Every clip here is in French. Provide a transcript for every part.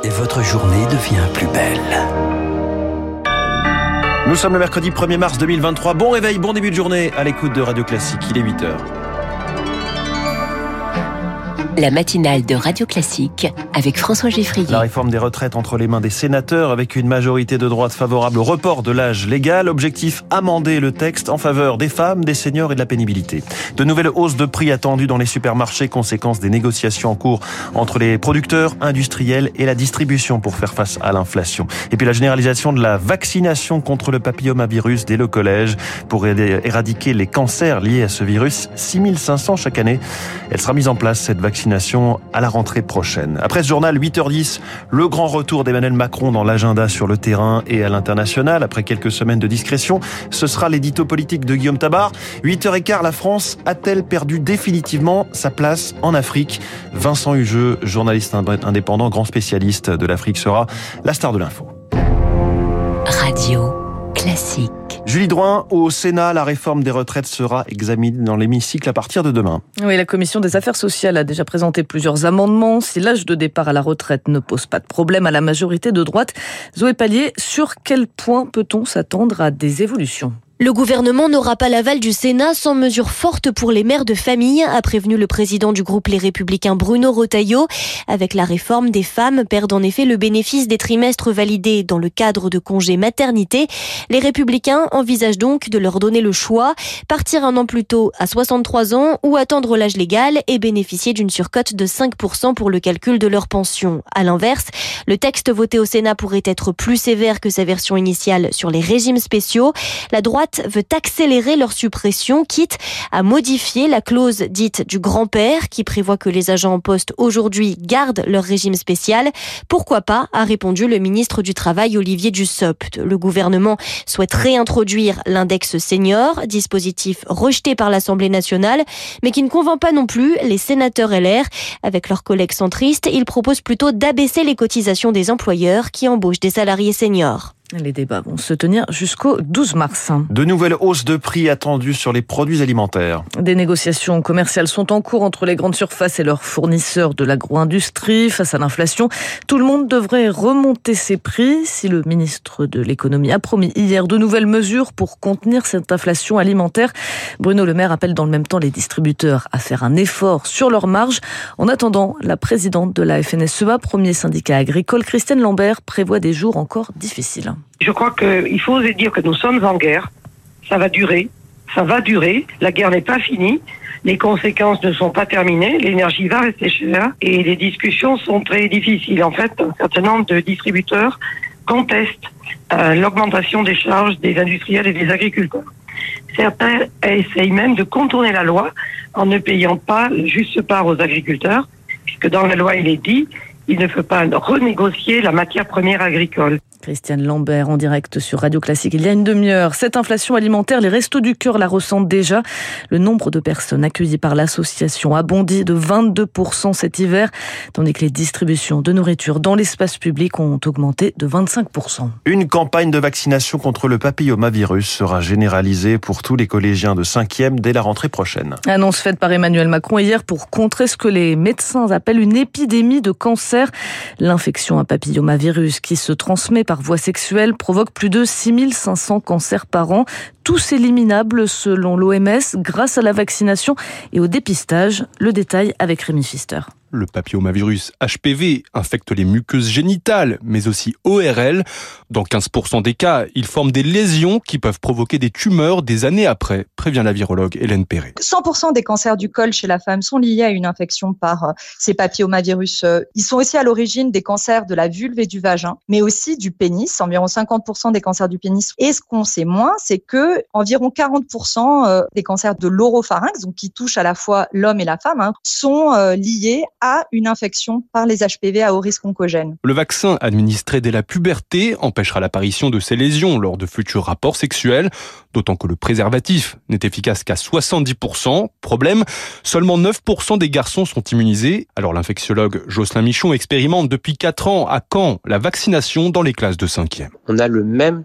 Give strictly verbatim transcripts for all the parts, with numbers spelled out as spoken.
et votre journée devient plus belle. Nous sommes le mercredi premier mars deux mille vingt-trois. Bon réveil, bon début de journée à l'écoute de Radio Classique. Il est huit heures. La matinale de Radio Classique avec François Geffrier. La réforme des retraites entre les mains des sénateurs avec une majorité de droite favorable au report de l'âge légal. Objectif, amender le texte en faveur des femmes, des seniors et de la pénibilité. De nouvelles hausses de prix attendues dans les supermarchés, conséquence des négociations en cours entre les producteurs, industriels et la distribution pour faire face à l'inflation. Et puis la généralisation de la vaccination contre le papillomavirus dès le collège pour éradiquer les cancers liés à ce virus. six mille cinq cents chaque année. Elle sera mise en place, cette vaccination, à la rentrée prochaine. Après ce journal, huit heures dix, le grand retour d'Emmanuel Macron dans l'agenda sur le terrain et à l'international. Après quelques semaines de discrétion, ce sera l'édito politique de Guillaume Tabar. huit heures quinze, la France a-t-elle perdu définitivement sa place en Afrique ? Vincent Hugeux, journaliste indépendant, grand spécialiste de l'Afrique, sera la star de l'info. Radio Classique. Julie Drouin, au Sénat, la réforme des retraites sera examinée dans l'hémicycle à partir de demain. Oui, la Commission des affaires sociales a déjà présenté plusieurs amendements. Si l'âge de départ à la retraite ne pose pas de problème à la majorité de droite, Zoé Pallier, sur quel point peut-on s'attendre à des évolutions ? Le gouvernement n'aura pas l'aval du Sénat sans mesures fortes pour les mères de famille, a prévenu le président du groupe Les Républicains Bruno Retailleau. Avec la réforme, des femmes perdent en effet le bénéfice des trimestres validés dans le cadre de congés maternité. Les Républicains envisagent donc de leur donner le choix, partir un an plus tôt à soixante-trois ans ou attendre l'âge légal et bénéficier d'une surcote de cinq pour cent pour le calcul de leur pension. À l'inverse, le texte voté au Sénat pourrait être plus sévère que sa version initiale sur les régimes spéciaux. La droite veut accélérer leur suppression, quitte à modifier la clause dite du grand-père qui prévoit que les agents en poste aujourd'hui gardent leur régime spécial. Pourquoi pas, a répondu le ministre du Travail Olivier Dussopt. Le gouvernement souhaite réintroduire l'index senior, dispositif rejeté par l'Assemblée nationale, mais qui ne convainc pas non plus les sénateurs L R. Avec leurs collègues centristes, ils proposent plutôt d'abaisser les cotisations des employeurs qui embauchent des salariés seniors. Les débats vont se tenir jusqu'au douze mars. De nouvelles hausses de prix attendues sur les produits alimentaires. Des négociations commerciales sont en cours entre les grandes surfaces et leurs fournisseurs de l'agro-industrie. Face à l'inflation, tout le monde devrait remonter ses prix. Si le ministre de l'économie a promis hier de nouvelles mesures pour contenir cette inflation alimentaire, Bruno Le Maire appelle dans le même temps les distributeurs à faire un effort sur leurs marges. En attendant, la présidente de la F N S E A, premier syndicat agricole, Christiane Lambert, prévoit des jours encore difficiles. Je crois qu'il faut oser dire que nous sommes en guerre. Ça va durer. Ça va durer. La guerre n'est pas finie. Les conséquences ne sont pas terminées. L'énergie va rester chère. Et les discussions sont très difficiles. En fait, un certain nombre de distributeurs contestent euh, l'augmentation des charges des industriels et des agriculteurs. Certains essayent même de contourner la loi en ne payant pas le juste part aux agriculteurs, puisque dans la loi, il est dit il ne faut pas renégocier la matière première agricole. Christiane Lambert en direct sur Radio Classique il y a une demi-heure. Cette inflation alimentaire, les Restos du Cœur la ressentent déjà. Le nombre de personnes accueillies par l'association a bondi de vingt-deux pour cent cet hiver, tandis que les distributions de nourriture dans l'espace public ont augmenté de vingt-cinq pour cent. Une campagne de vaccination contre le papillomavirus sera généralisée pour tous les collégiens de cinquième dès la rentrée prochaine. Annonce faite par Emmanuel Macron hier pour contrer ce que les médecins appellent une épidémie de cancer. L'infection à papillomavirus qui se transmet par par voie sexuelle provoque plus de six mille cinq cents cancers par an, tous éliminables selon l'O M S grâce à la vaccination et au dépistage. Le détail avec Rémi Pfister. Le papillomavirus H P V infecte les muqueuses génitales, mais aussi O R L. Dans quinze pour cent des cas, il forme des lésions qui peuvent provoquer des tumeurs des années après, prévient la virologue Hélène Perret. cent pour cent des cancers du col chez la femme sont liés à une infection par ces papillomavirus. Ils sont aussi à l'origine des cancers de la vulve et du vagin, mais aussi du pénis, environ cinquante pour cent des cancers du pénis. Et ce qu'on sait moins, c'est que environ quarante pour cent des cancers de l'oropharynx, donc qui touchent à la fois l'homme et la femme, hein, sont liés à une infection par les H P V à haut risque oncogène. Le vaccin administré dès la puberté empêchera l'apparition de ces lésions lors de futurs rapports sexuels, d'autant que le préservatif n'est efficace qu'à soixante-dix pour cent. Problème, seulement neuf pour cent des garçons sont immunisés. Alors l'infectiologue Jocelyn Michon expérimente depuis quatre ans à Caen la vaccination dans les classes de cinquième. On a le même taux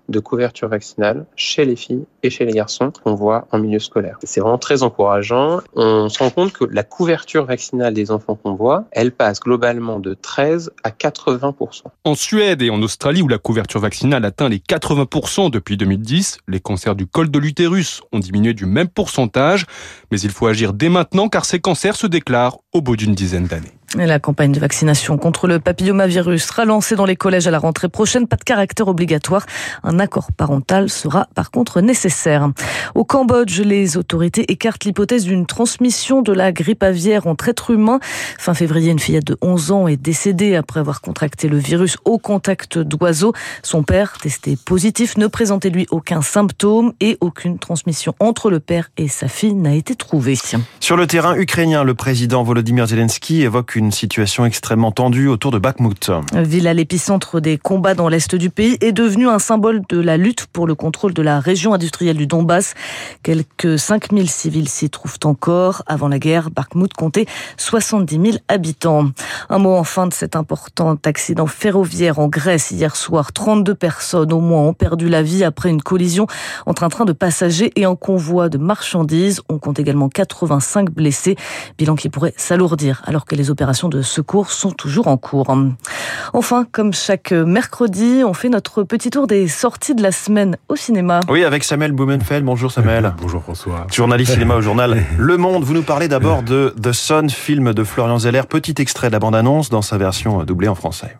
de couverture vaccinale chez les filles et chez les garçons qu'on voit en milieu scolaire. C'est vraiment très encourageant. On se rend compte que la couverture vaccinale des enfants qu'on voit, elle passe globalement de treize à quatre-vingts pour cent. En Suède et en Australie, où la couverture vaccinale atteint les quatre-vingts pour cent depuis deux mille dix, les cancers du col de l'utérus ont diminué du même pourcentage. Mais il faut agir dès maintenant car ces cancers se déclarent au bout d'une dizaine d'années. Et la campagne de vaccination contre le papillomavirus sera lancée dans les collèges à la rentrée prochaine. Pas de caractère obligatoire. Un accord parental sera par contre nécessaire. Au Cambodge, les autorités écartent l'hypothèse d'une transmission de la grippe aviaire entre êtres humains. Fin février, une fillette de onze ans est décédée après avoir contracté le virus au contact d'oiseaux. Son père, testé positif, ne présentait lui aucun symptôme et aucune transmission entre le père et sa fille n'a été trouvée. Sur le terrain ukrainien, le président Volodymyr Zelensky évoque une situation extrêmement tendue autour de Bakhmout. Ville à l'épicentre des combats dans l'est du pays est devenue un symbole de la lutte pour le contrôle de la région industrielle du Donbass. Quelques cinq mille civils s'y trouvent encore. Avant la guerre, Bakhmout comptait soixante-dix mille habitants. Un mot enfin de cet important accident ferroviaire en Grèce hier soir. trente-deux personnes au moins ont perdu la vie après une collision entre un train de passagers et un convoi de marchandises. On compte également quatre-vingt-cinq blessés. Bilan qui pourrait s'alourdir alors que les opérations de secours sont toujours en cours. Enfin, comme chaque mercredi, on fait notre petit tour des sorties de la semaine au cinéma. Oui, avec Samuel Blumenfeld. Bonjour Samuel. Bonjour François. Journaliste cinéma au journal Le Monde. Vous nous parlez d'abord de The Sun, film de Florian Zeller. Petit extrait de la bande-annonce dans sa version doublée en français.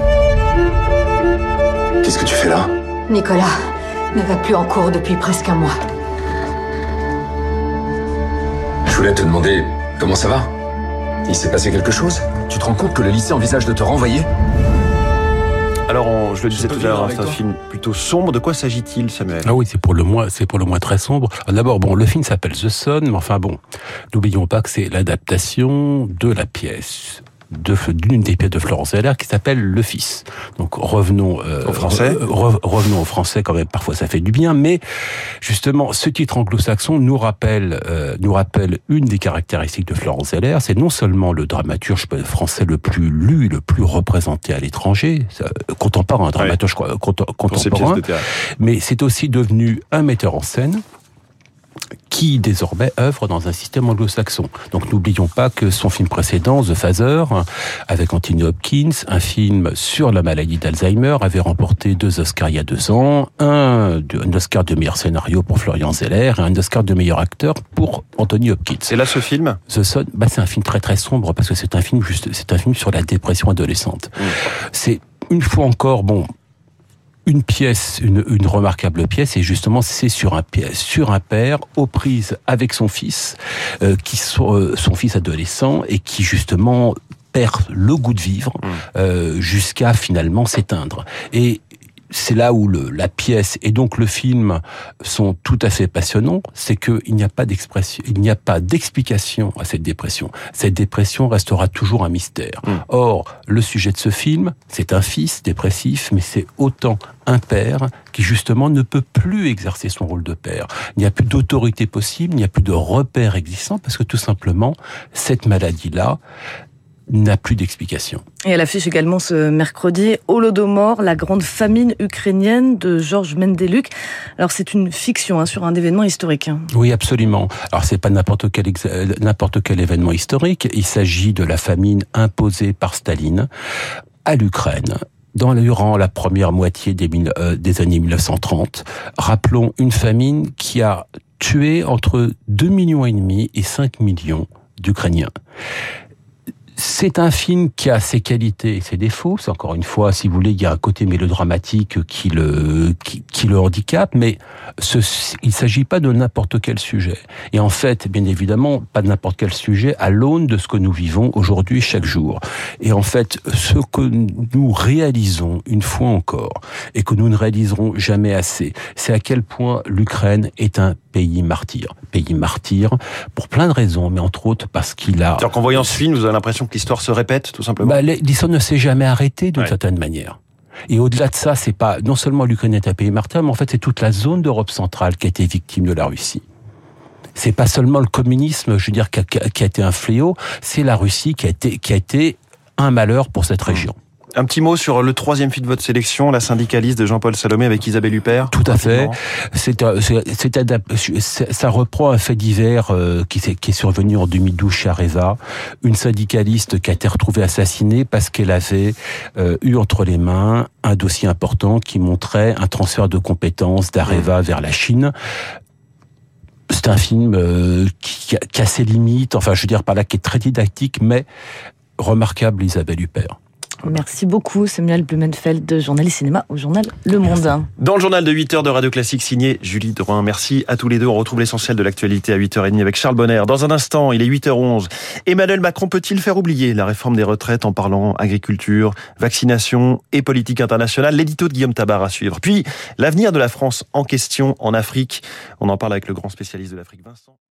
Qu'est-ce que tu fais là ? Nicolas ne va plus en cours depuis presque un mois. Je voulais te demander comment ça va ? Il s'est passé quelque chose ? Tu te rends compte que le lycée envisage de te renvoyer ? Alors, on, je le disais tout à l'heure, c'est un film plutôt sombre. De quoi s'agit-il, Samuel ? Ah oui, c'est pour le moins, c'est pour le moins très sombre. D'abord, bon, le film s'appelle The Sun, mais enfin bon, n'oublions pas que c'est l'adaptation de la pièce de, d'une des pièces de Florence Zeller qui s'appelle Le Fils. Donc revenons euh, au français. Re, revenons au français quand même. Parfois ça fait du bien, mais justement ce titre anglo-saxon nous rappelle euh, nous rappelle une des caractéristiques de Florence Zeller. C'est non seulement le dramaturge français le plus lu, le plus représenté à l'étranger, contemporain, un dramaturge ouais. contemporain, mais c'est aussi devenu un metteur en scène qui désormais œuvre dans un système anglo-saxon. Donc n'oublions pas que son film précédent, The Father, avec Anthony Hopkins, un film sur la maladie d'Alzheimer, avait remporté deux Oscars il y a deux ans, un, un Oscar de meilleur scénario pour Florian Zeller et un Oscar de meilleur acteur pour Anthony Hopkins. C'est là ce film ? The Sun, bah c'est un film très très sombre parce que c'est un film juste, c'est un film sur la dépression adolescente. Mmh. C'est une fois encore, bon, une pièce, une, une remarquable pièce, et justement c'est sur un pièce, sur un père aux prises avec son fils, euh, qui sont euh, son fils adolescent et qui justement perd le goût de vivre euh, jusqu'à finalement s'éteindre. Et c'est là où le, la pièce et donc le film sont tout à fait passionnants, c'est qu'il n'y a pas d'expression, il n'y a pas d'explication à cette dépression. Cette dépression restera toujours un mystère. Mmh. Or, le sujet de ce film, c'est un fils dépressif, mais c'est autant un père qui justement ne peut plus exercer son rôle de père. Il n'y a plus d'autorité possible, il n'y a plus de repère existant, parce que tout simplement, cette maladie-là n'a plus d'explication. Et à l'affiche également ce mercredi, Holodomor, la grande famine ukrainienne de Georges Mendeluk. Alors c'est une fiction hein, sur un événement historique. Oui, absolument. Alors c'est pas n'importe quel ex... n'importe quel événement historique. Il s'agit de la famine imposée par Staline à l'Ukraine dans, durant la première moitié des, euh, des années mille neuf cent trente. Rappelons une famine qui a tué entre deux millions et demi et cinq millions d'Ukrainiens. C'est un film qui a ses qualités et ses défauts. C'est encore une fois, si vous voulez, il y a un côté mélodramatique qui le qui, qui le handicape, mais ce, il ne s'agit pas de n'importe quel sujet. Et en fait, bien évidemment, pas de n'importe quel sujet à l'aune de ce que nous vivons aujourd'hui chaque jour. Et en fait, ce que nous réalisons une fois encore et que nous ne réaliserons jamais assez, c'est à quel point l'Ukraine est un pays martyr. Pays martyr pour plein de raisons, mais entre autres parce qu'il a... C'est-à-dire qu'en voyant ce film, vous avez l'impression que l'histoire se répète, tout simplement ? Bah, l'histoire ne s'est jamais arrêtée d'une ouais. certaine manière. Et au-delà de ça, c'est pas non seulement l'Ukraine est un pays martyr, mais en fait c'est toute la zone d'Europe centrale qui a été victime de la Russie. C'est pas seulement le communisme, je veux dire, qui a, qui a été un fléau, c'est la Russie qui a été, qui a été un malheur pour cette région. Un petit mot sur le troisième fil de votre sélection, la syndicaliste de Jean-Paul Salomé avec Isabelle Huppert. Tout à fait. C'est, c'est, c'est adap- c'est, ça reprend un fait divers euh, qui, qui est survenu en deux mille douze chez Areva. Une syndicaliste qui a été retrouvée assassinée parce qu'elle avait euh, eu entre les mains un dossier important qui montrait un transfert de compétences d'Areva mmh. vers la Chine. C'est un film euh, qui, qui a ses limites, enfin je veux dire par là qui est très didactique, mais remarquable, Isabelle Huppert. Merci beaucoup Samuel Blumenfeld, journaliste cinéma au journal Le Monde. Dans le journal de huit heures de Radio Classique signé Julie Drouin. Merci à tous les deux. On retrouve l'essentiel de l'actualité à huit heures trente avec Charles Bonner. Dans un instant, il est huit heures onze. Emmanuel Macron peut-il faire oublier la réforme des retraites en parlant agriculture, vaccination et politique internationale? L'édito de Guillaume Tabar à suivre. Puis, l'avenir de la France en question en Afrique. On en parle avec le grand spécialiste de l'Afrique, Vincent.